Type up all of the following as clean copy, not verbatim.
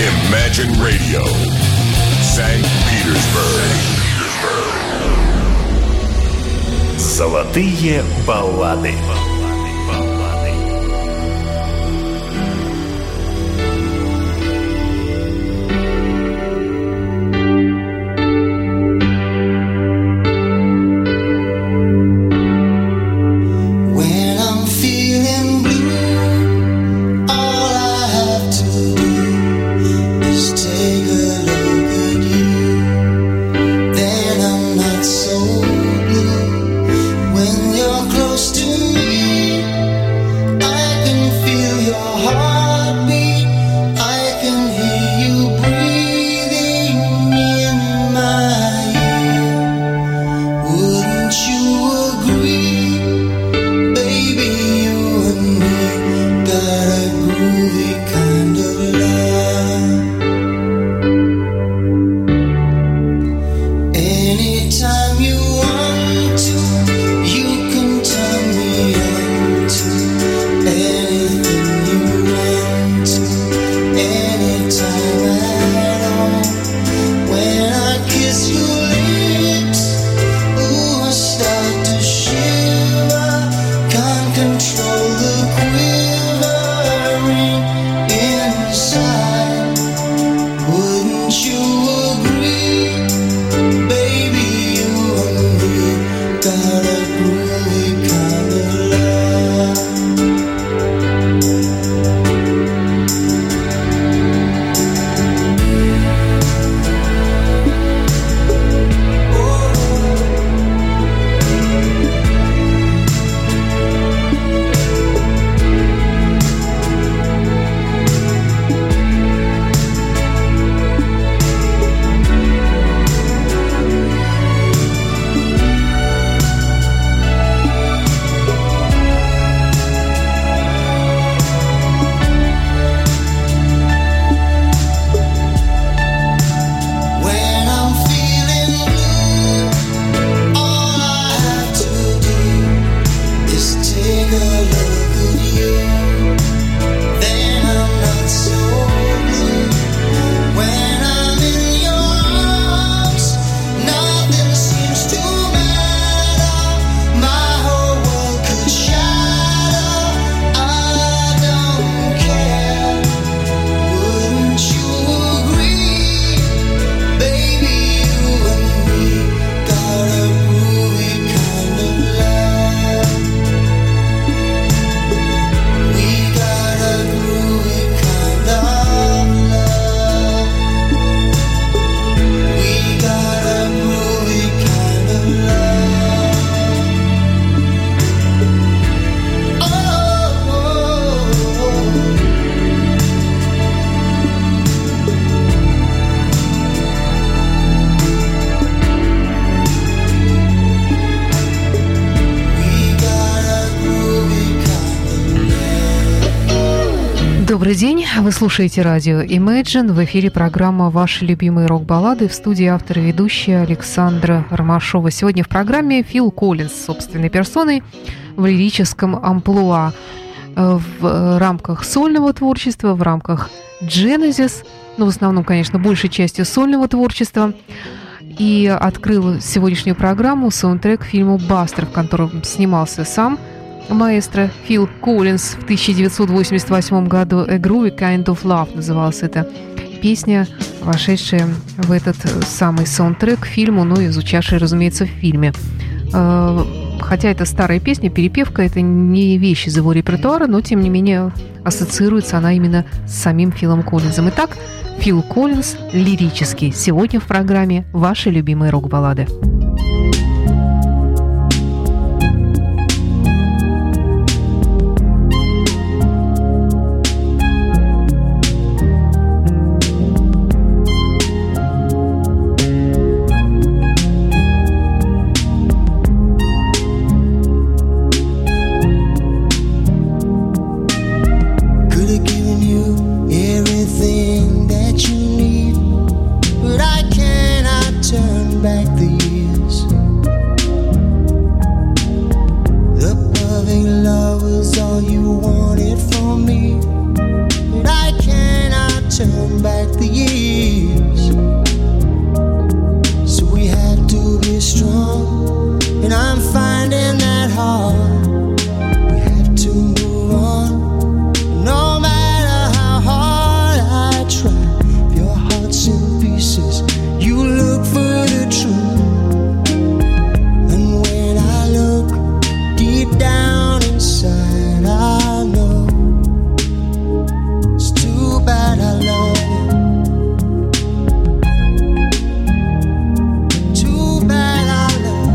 Imagine Radio, St. Petersburg. Золотые баллады. Добрый день, вы слушаете радио Imagine, в эфире программа «Ваши любимые рок-баллады», в студии автор и ведущая Александра Ромашова. Сегодня в программе Фил Коллинз собственной персоной в лирическом амплуа, в рамках сольного творчества, в рамках Genesis, в основном, конечно, большей частью сольного творчества, и открыл сегодняшнюю программу саундтрек к фильму «Бастер», в котором снимался сам маэстро Фил Коллинз в 1988 году. «A Groovy Kind of Love» называлась эта песня, вошедшая в этот самый саундтрек к фильму, и звучавшая, разумеется, в фильме. Хотя это старая песня, перепевка, это не вещь из его репертуара, но, тем не менее, ассоциируется она именно с самим Филом Коллинзом. Итак, Фил Коллинз лирический. Сегодня в программе «Ваши любимые рок-баллады». Back the years back the years. So we have to be strong, and I'm finding that hard. We have to move on, no matter how hard I try. If your heart's in pieces, you look for the truth. And when I look deep down inside, I know it's too bad I love you. Too bad I love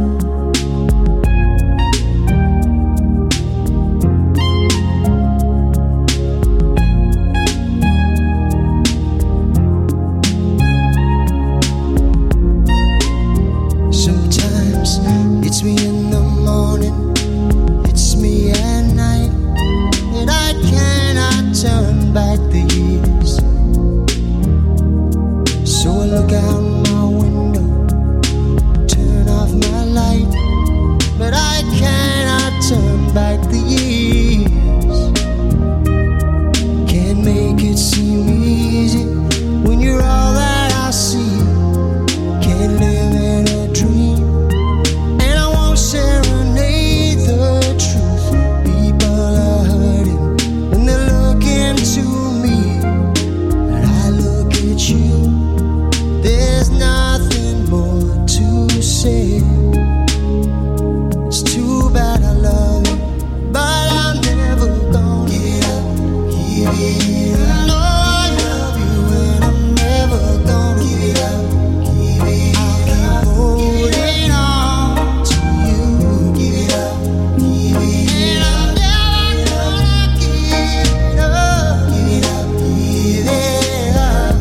Sometimes it's me in the morning, it's me at night, and I cannot turn back the years. So I look out my window, turn off my light, but I cannot turn back the years. Can't make it seem easy when you're all that I see. Can't live in a dream, and I won't serenade the truth. People are hurting, and they're looking to me, and I look at you. There's nothing more to say. It's too bad I love you, but I'm never gonna give up, give it up. No, I love you, and I'm never gonna give it up, give it up. I'll keep holding on to you, give it up, give it up. And I'm never gonna give it up, give it up, give it up.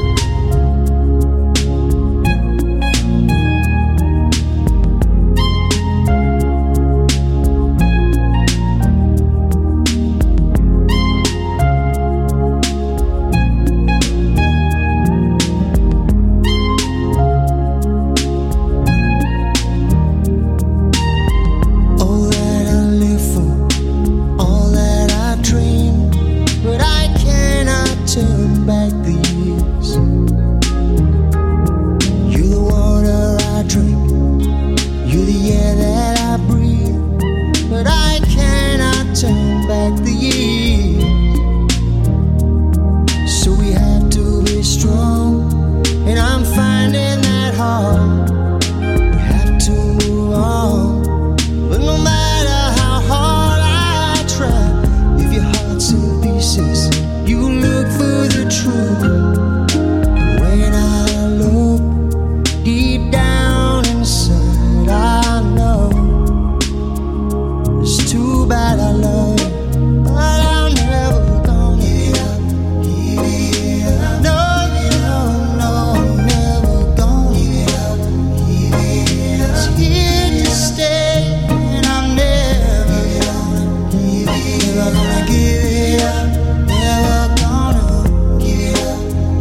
All that I live for, all that I dream, but I cannot turn back the years. You're the water I drink, you're the air that I breathe, but I cannot turn back the years. So we have to be strong, and I'm finding that hard. We have to move on, but no matter how hard I try, if your heart's in pieces, you look for the truth. When I look deep down inside, I know it's too bad I love you, but I'm never gonna give it up, give it up. No, no, I'm never gonna give it up, give it up. It's here to stay, and I'm never gonna give it up, never gonna give it up,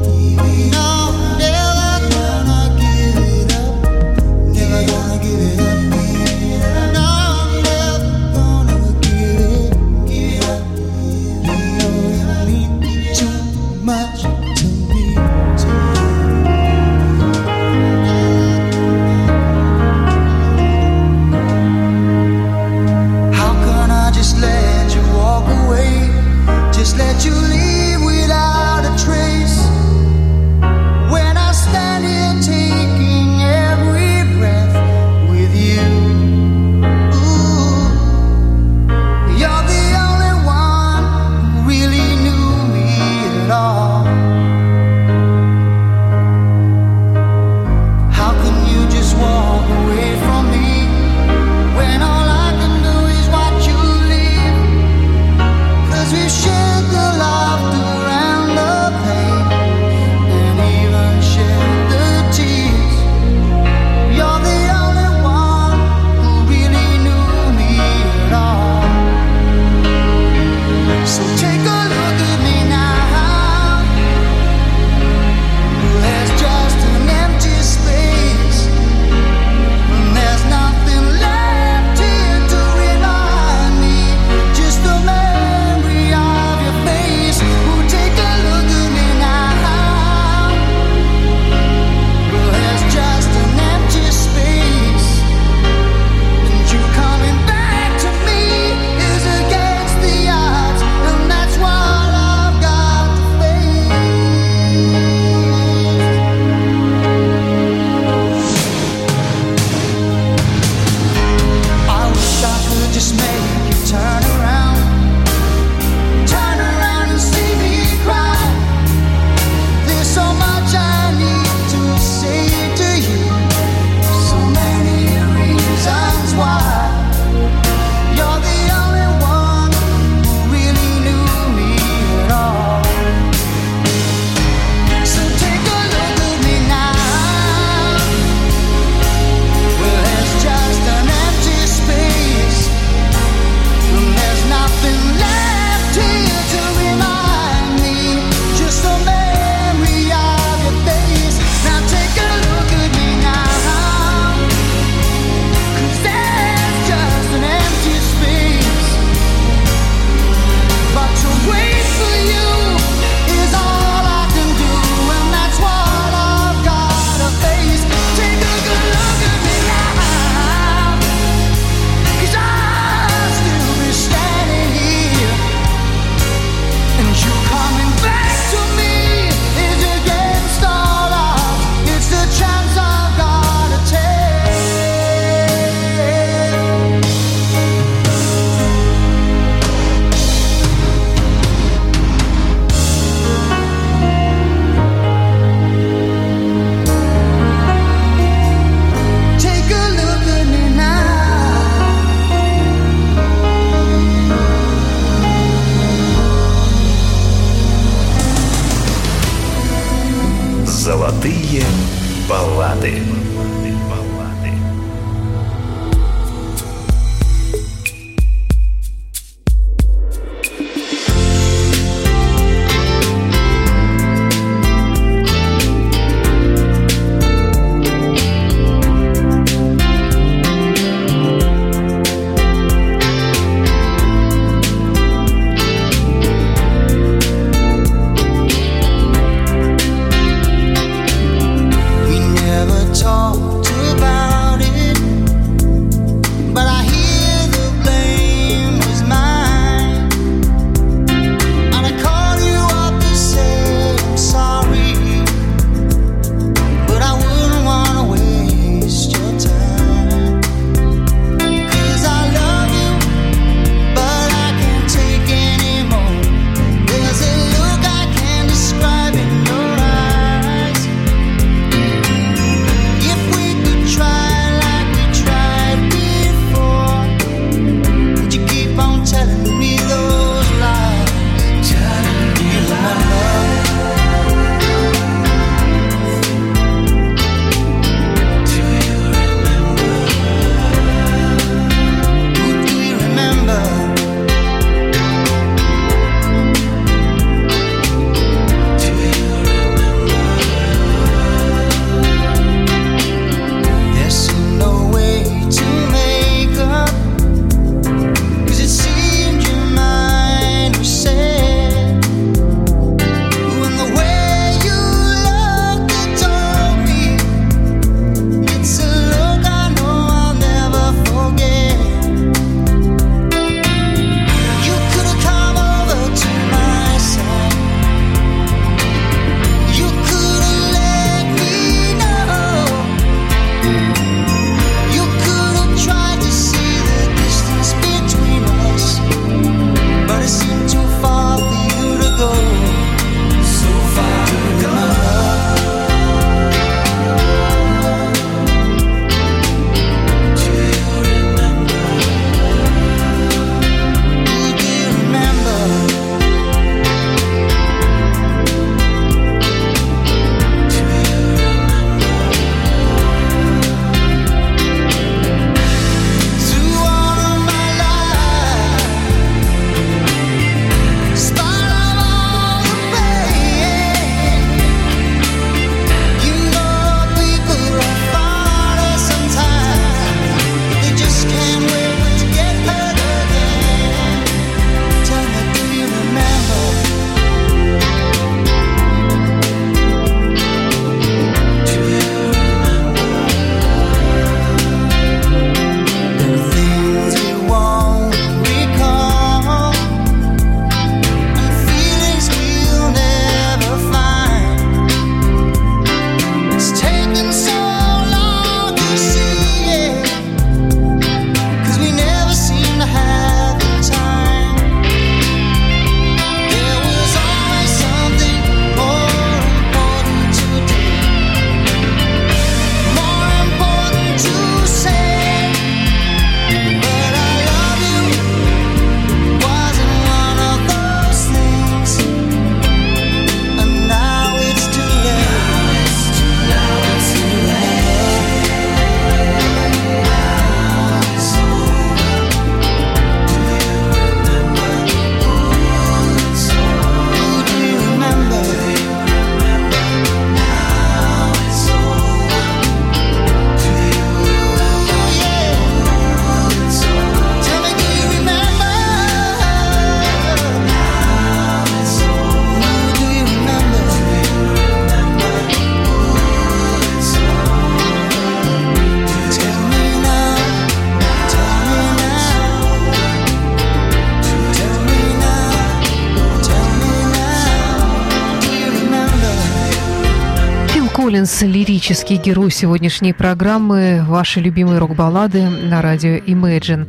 Золотые баллады. Коллинз, лирический герой сегодняшней программы, ваши любимые рок-баллады на радио Imagine.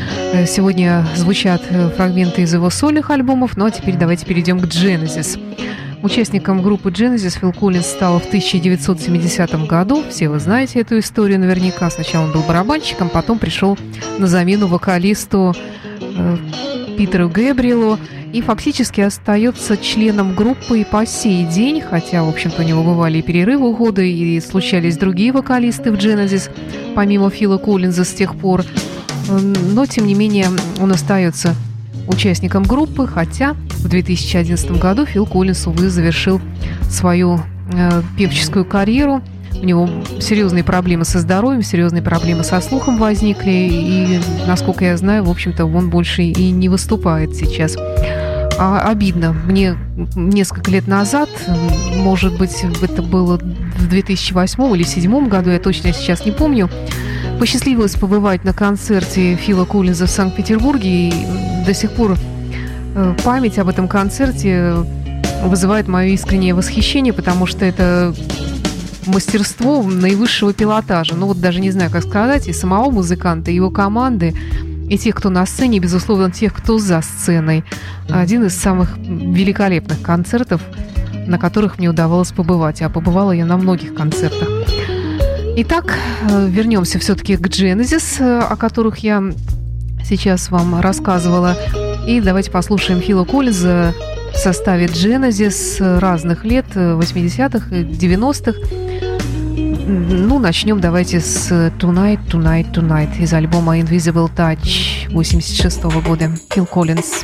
Сегодня звучат фрагменты из его сольных альбомов, ну а теперь давайте перейдем к Genesis. Участником группы Genesis Фил Коллинз стал в 1970 году. Все вы знаете эту историю наверняка. Сначала он был барабанщиком, потом пришел на замену вокалисту Питеру Гэбриэлу. и фактически остается членом группы и по сей день, хотя, в общем-то, у него бывали и перерывы в годы, и случались другие вокалисты в Genesis, помимо Фила Коллинза с тех пор. Но, тем не менее, он остается участником группы, хотя в 2011 году Фил Коллинз, увы, завершил свою певческую карьеру. У него серьезные проблемы со здоровьем, серьезные проблемы со слухом возникли, и, насколько я знаю, в общем-то, он больше и не выступает сейчас. Обидно. Мне несколько лет назад, может быть, это было в 2008 или 2007 году, я точно сейчас не помню, посчастливилось побывать на концерте Фила Коллинза в Санкт-Петербурге, и до сих пор память об этом концерте вызывает мое искреннее восхищение, потому что это мастерство наивысшего пилотажа. Ну вот даже не знаю, как сказать, и самого музыканта, и его команды, и тех, кто на сцене, и, безусловно, тех, кто за сценой. Один из самых великолепных концертов, на которых мне удавалось побывать. А побывала я на многих концертах. Итак, вернемся все-таки к Genesis, о которых я сейчас вам рассказывала. И давайте послушаем Фила Коллинза в составе Genesis разных лет, 80-х, 90-х. Ну, начнем давайте с Tonight, Tonight, Tonight из альбома Invisible Touch 86 года. Фил Коллинз.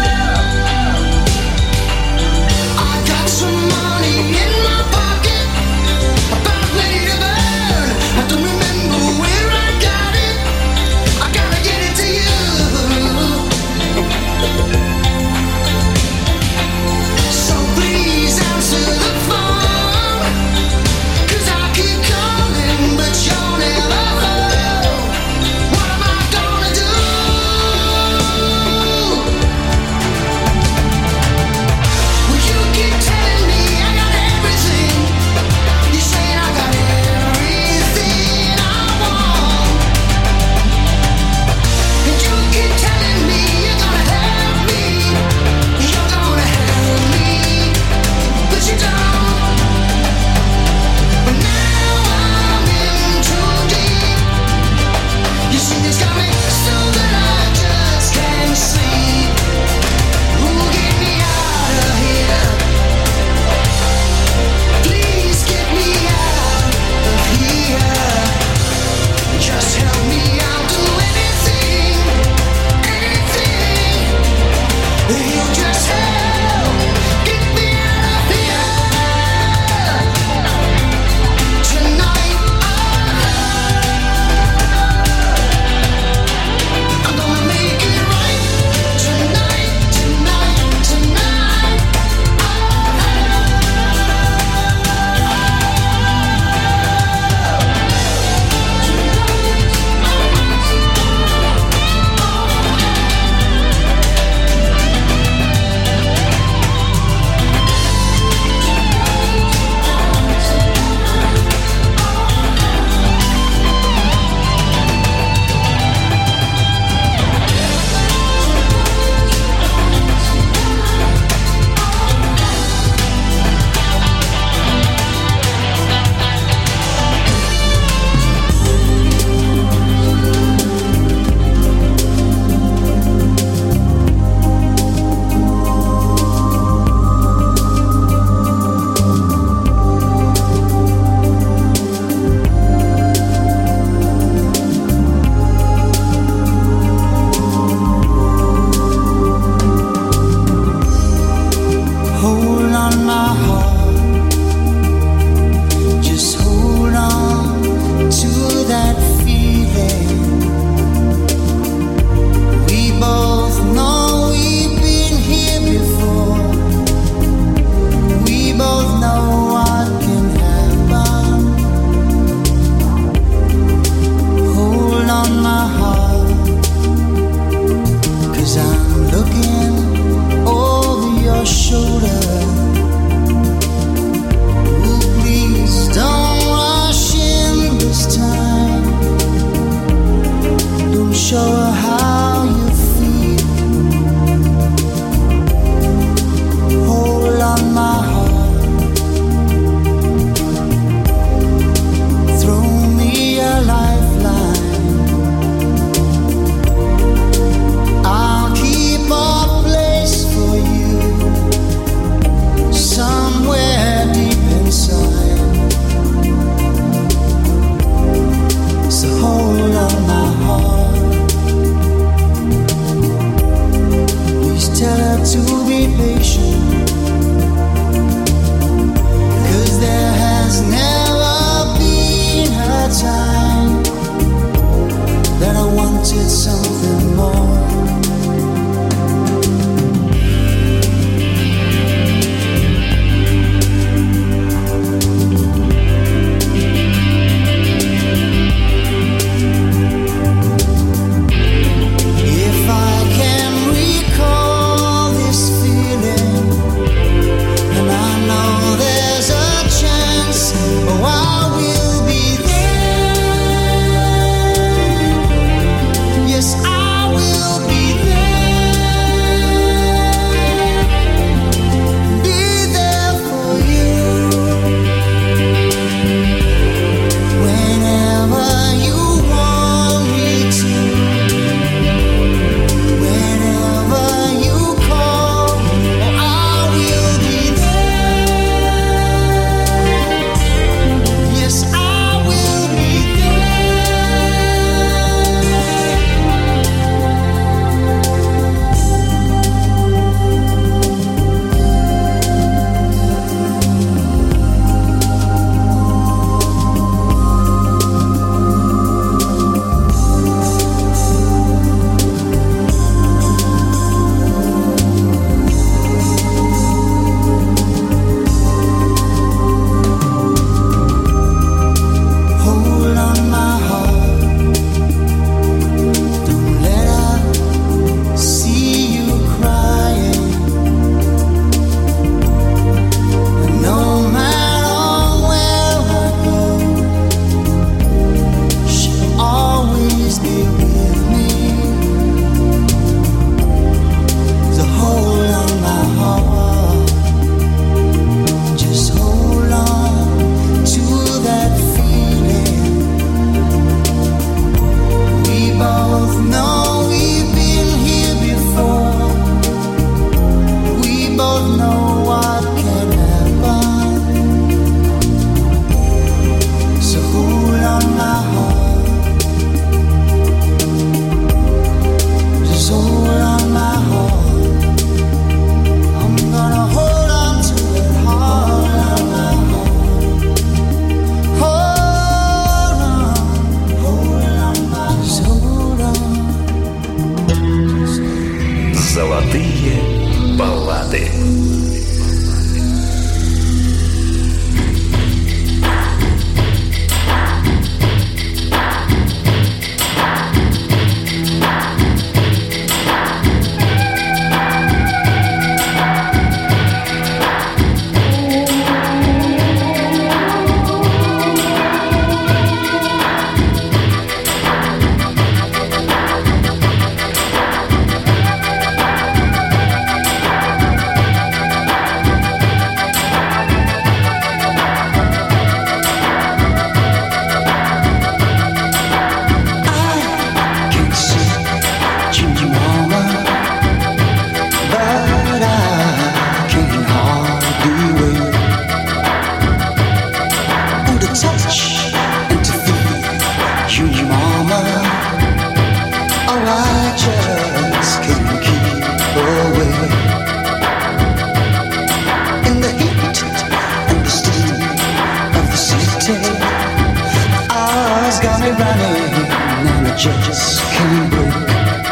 Money in my pocket. show her how you feel. Hold on my heart, throw me a lifeline. I'll keep a place for you somewhere deep inside. So hold on my heart, please tell her to be patient, 'cause there has never been a time that I wanted something more. Just can't break.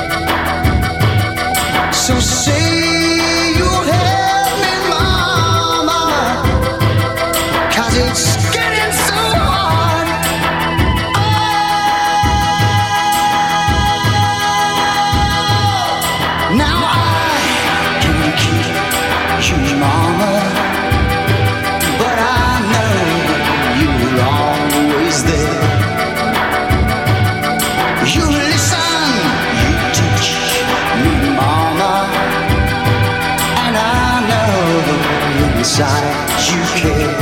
So say you'll help me, mama, 'cause it's getting so hard. Oh, now I can keep you, mama, but I know you're always there. You listen inside you care.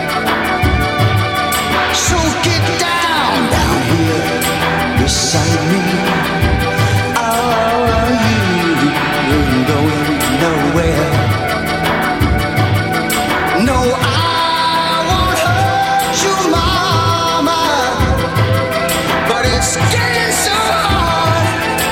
So get down here beside me. Oh, you ain't going nowhere. No, I won't hurt you, mama, but it's getting so hard.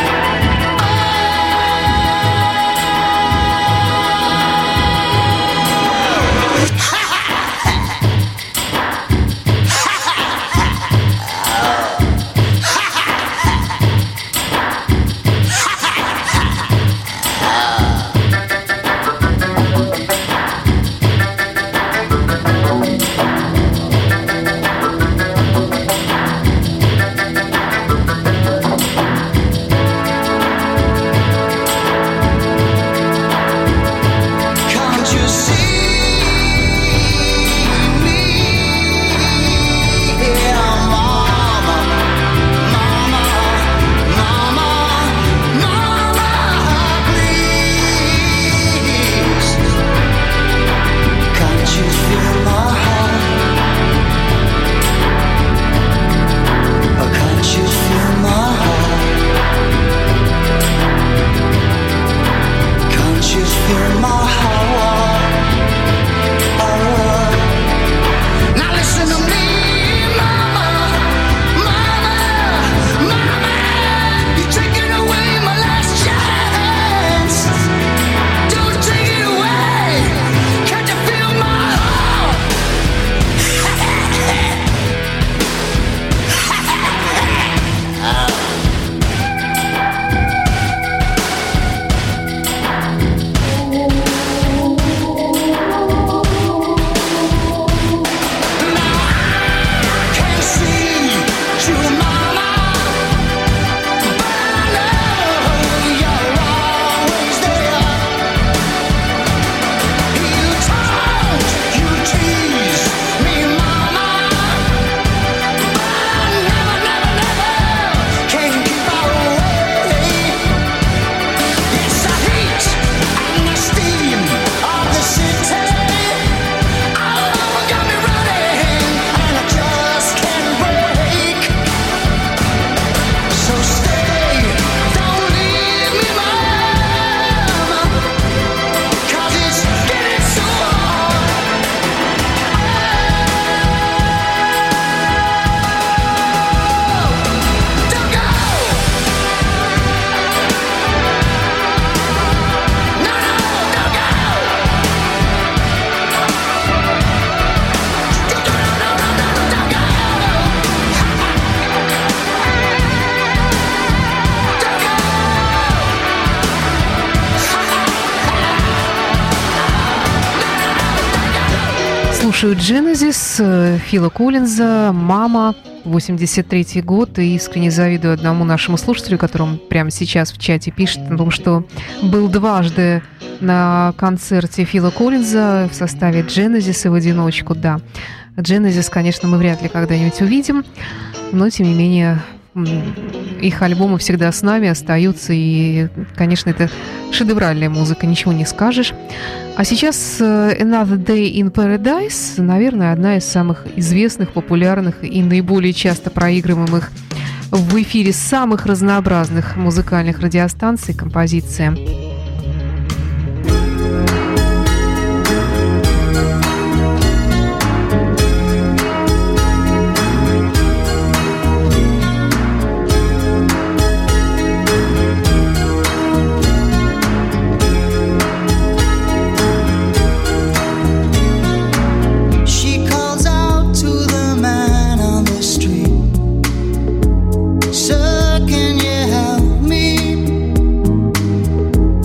Слушаю Genesis, Фила Коллинза, «Мама», 83-й год, и искренне завидую одному нашему слушателю, которому прямо сейчас в чате пишет о том, что был дважды на концерте Фила Коллинза в составе Genesis и в одиночку. Да, Genesis, конечно, мы вряд ли когда-нибудь увидим, но, тем не менее, их альбомы всегда с нами остаются, и, конечно, это шедевральная музыка, ничего не скажешь. А сейчас Another Day in Paradise, наверное, одна из самых известных, популярных и наиболее часто проигрываемых в эфире самых разнообразных музыкальных радиостанций композиция. Sir, can you help me?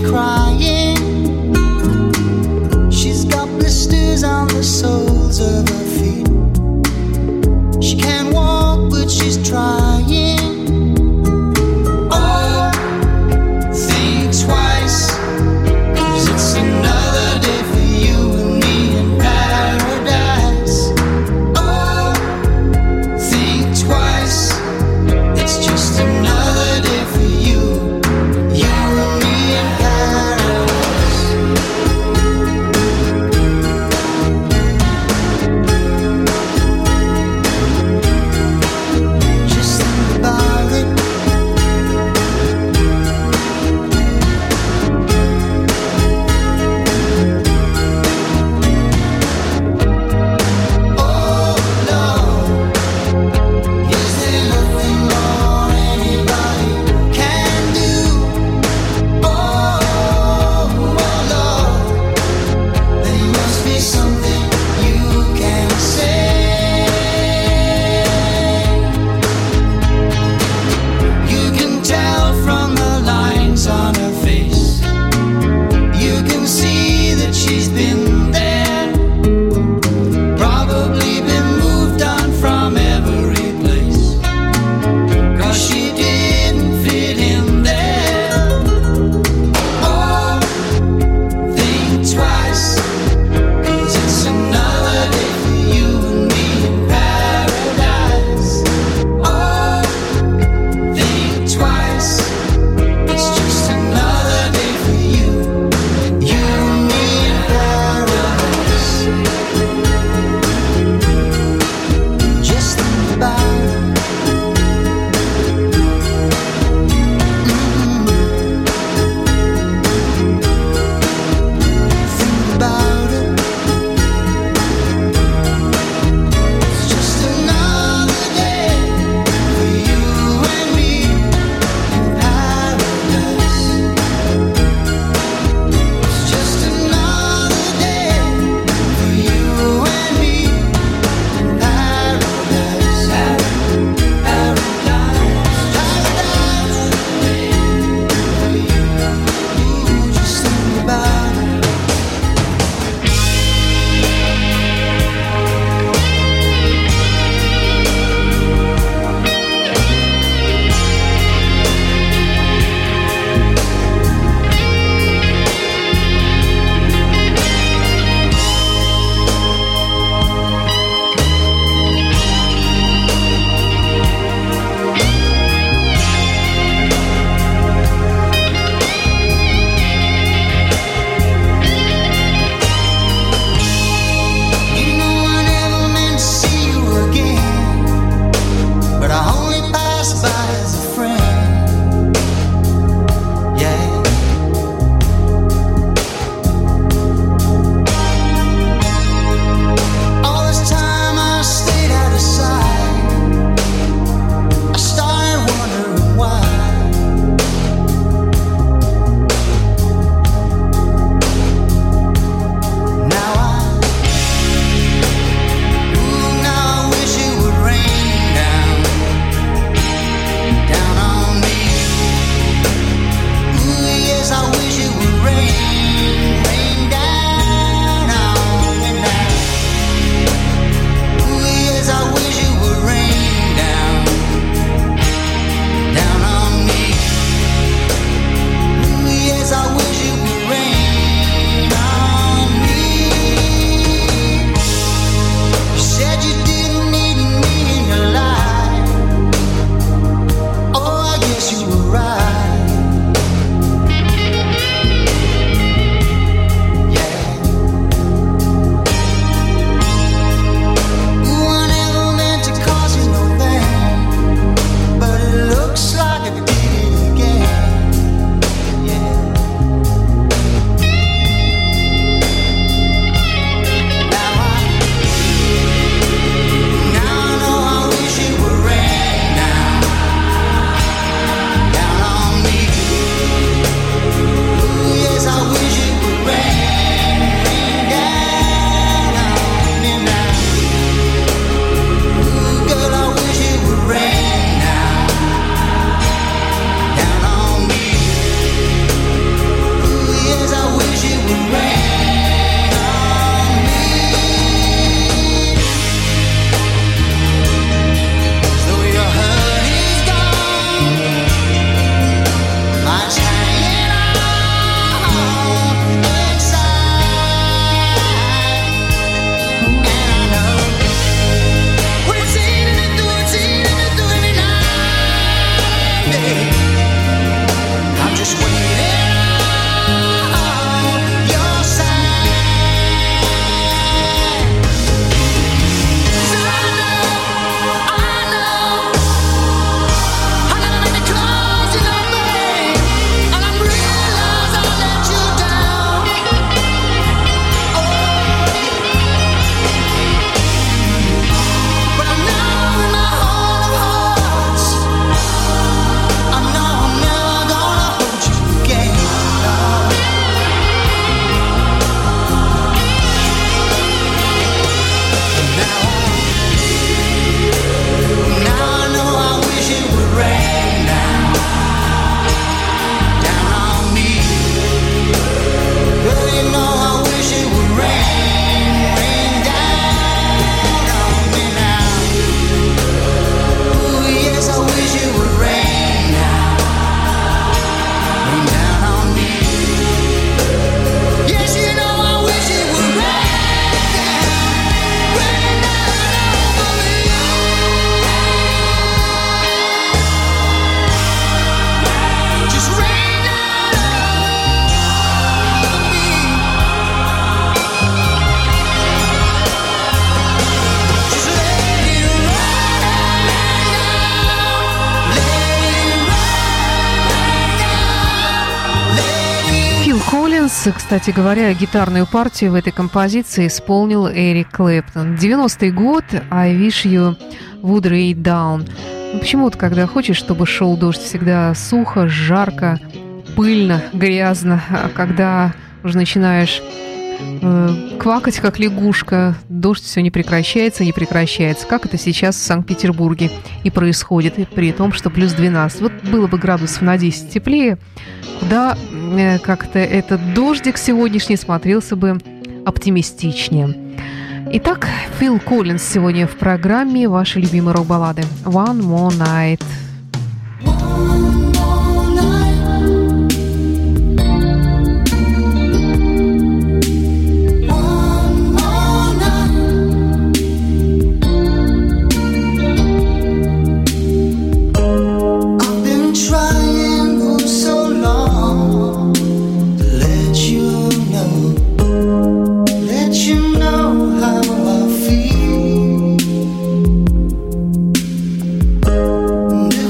crying. She's got blisters on the soles of her feet. She can't walk, but she's trying. Oh, think twice, 'cause it's another day for you and me in paradise. Oh, think twice, it's just another day for you and me in paradise. Коллинз. Кстати говоря, гитарную партию в этой композиции исполнил Эрик Клэптон. 90-й год, I Wish You Would Rain Down. Почему-то, когда хочешь, чтобы шел дождь, всегда сухо, жарко, пыльно, грязно. А когда уже начинаешь квакать, как лягушка, дождь все не прекращается, не прекращается. Как это сейчас в Санкт-Петербурге и происходит, и при том, что плюс 12. Вот было бы градусов на 10 теплее, да, как-то этот дождик сегодняшний смотрелся бы оптимистичнее. Итак, Фил Коллинз сегодня в программе «Ваши любимые рок-баллады». One More Night. How I feel.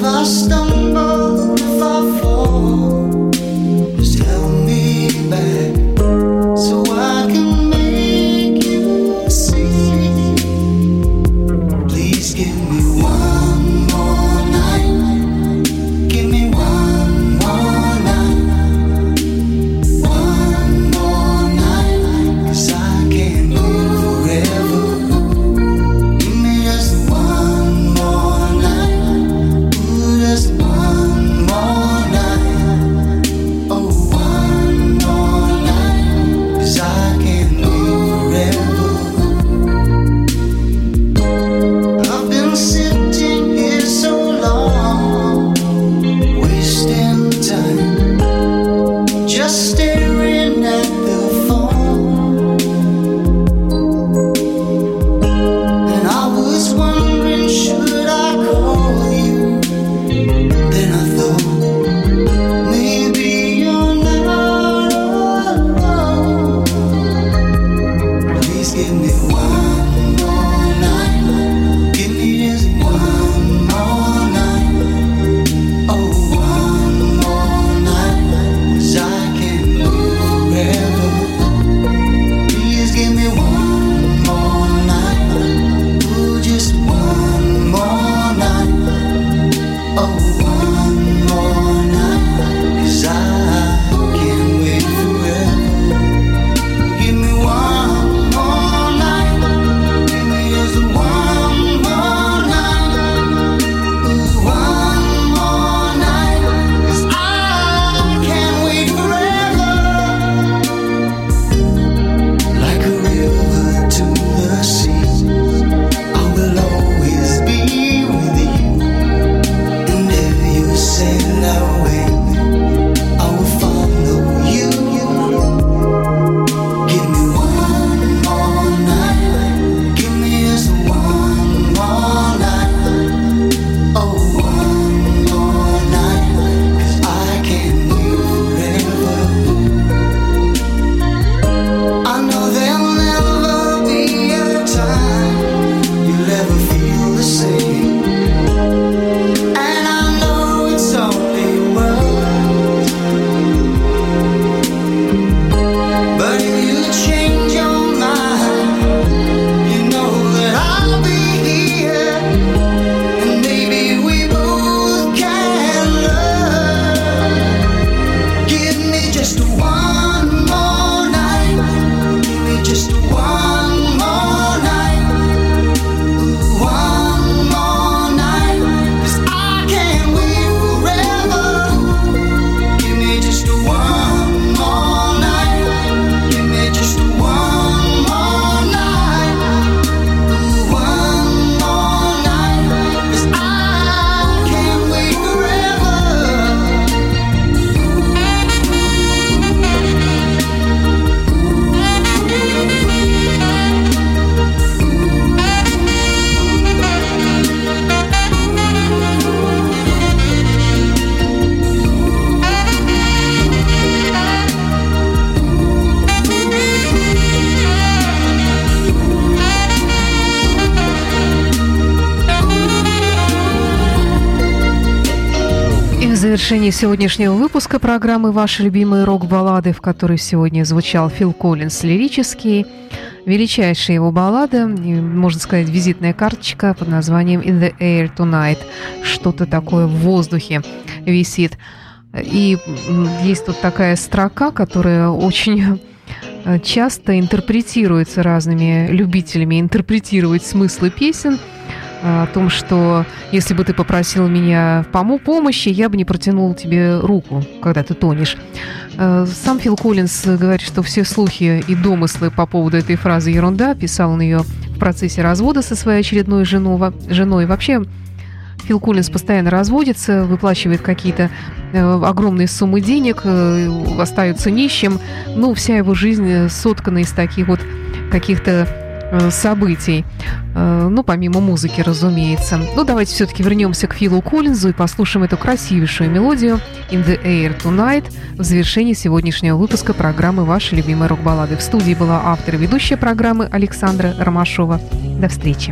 завершении сегодняшнего выпуска программы «Ваши любимые рок-баллады», в которой сегодня звучал Фил Коллинз лирический, величайшая его баллада, можно сказать, визитная карточка под названием «In the Air Tonight». Что-то такое в воздухе висит. И есть тут такая строка, которая очень часто интерпретируется разными любителями интерпретировать смыслы песен, о том, что если бы ты попросил меня помощи, я бы не протянул тебе руку, когда ты тонешь. Сам Фил Коллинз говорит, что все слухи и домыслы по поводу этой фразы ерунда. Писал он ее в процессе развода со своей очередной женой. Вообще, Фил Коллинз постоянно разводится, выплачивает какие-то огромные суммы денег, остается нищим. Ну, вся его жизнь соткана из таких вот каких-то событий. Ну, помимо музыки, разумеется. Ну, давайте все-таки вернемся к Филу Коллинзу и послушаем эту красивейшую мелодию «In the Air Tonight» в завершении сегодняшнего выпуска программы «Ваши любимые рок-баллады». В студии была автор и ведущая программы Александра Ромашова. До встречи.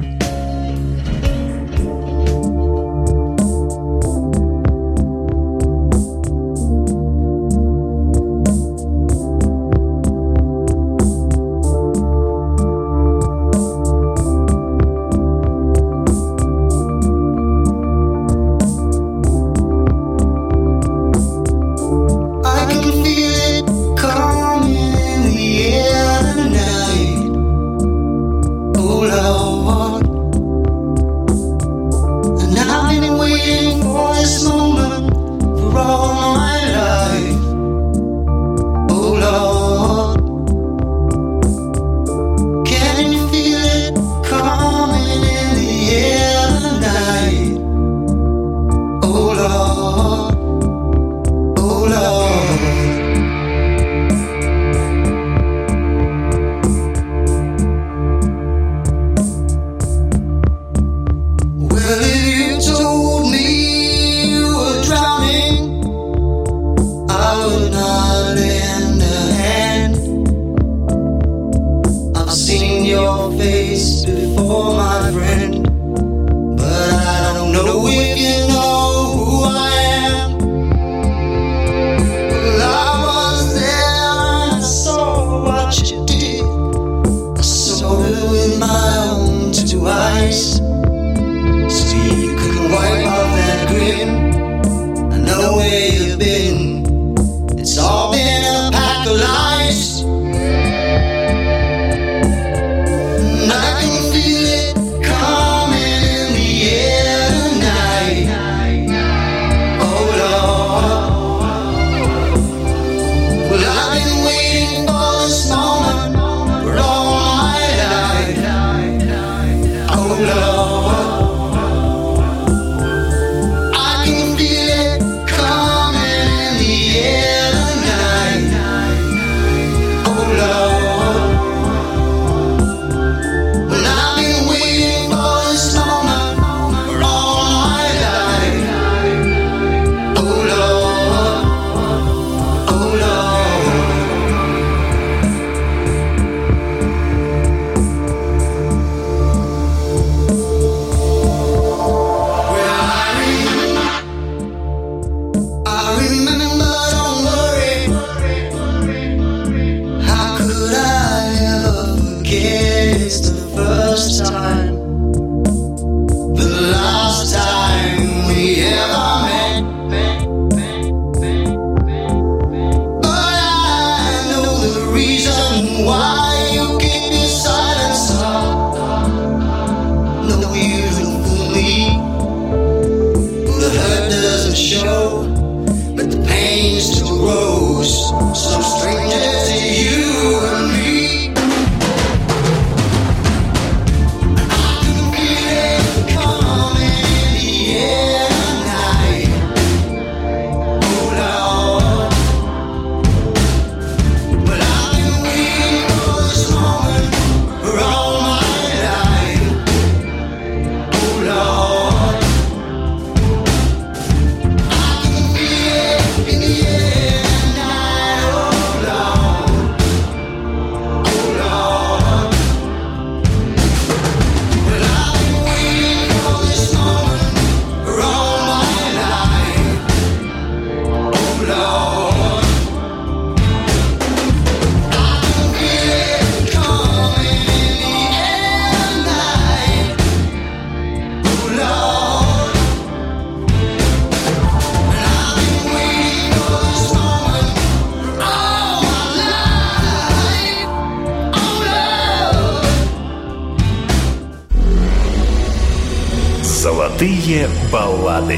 Золотые баллады.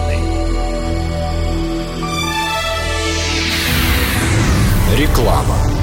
Реклама.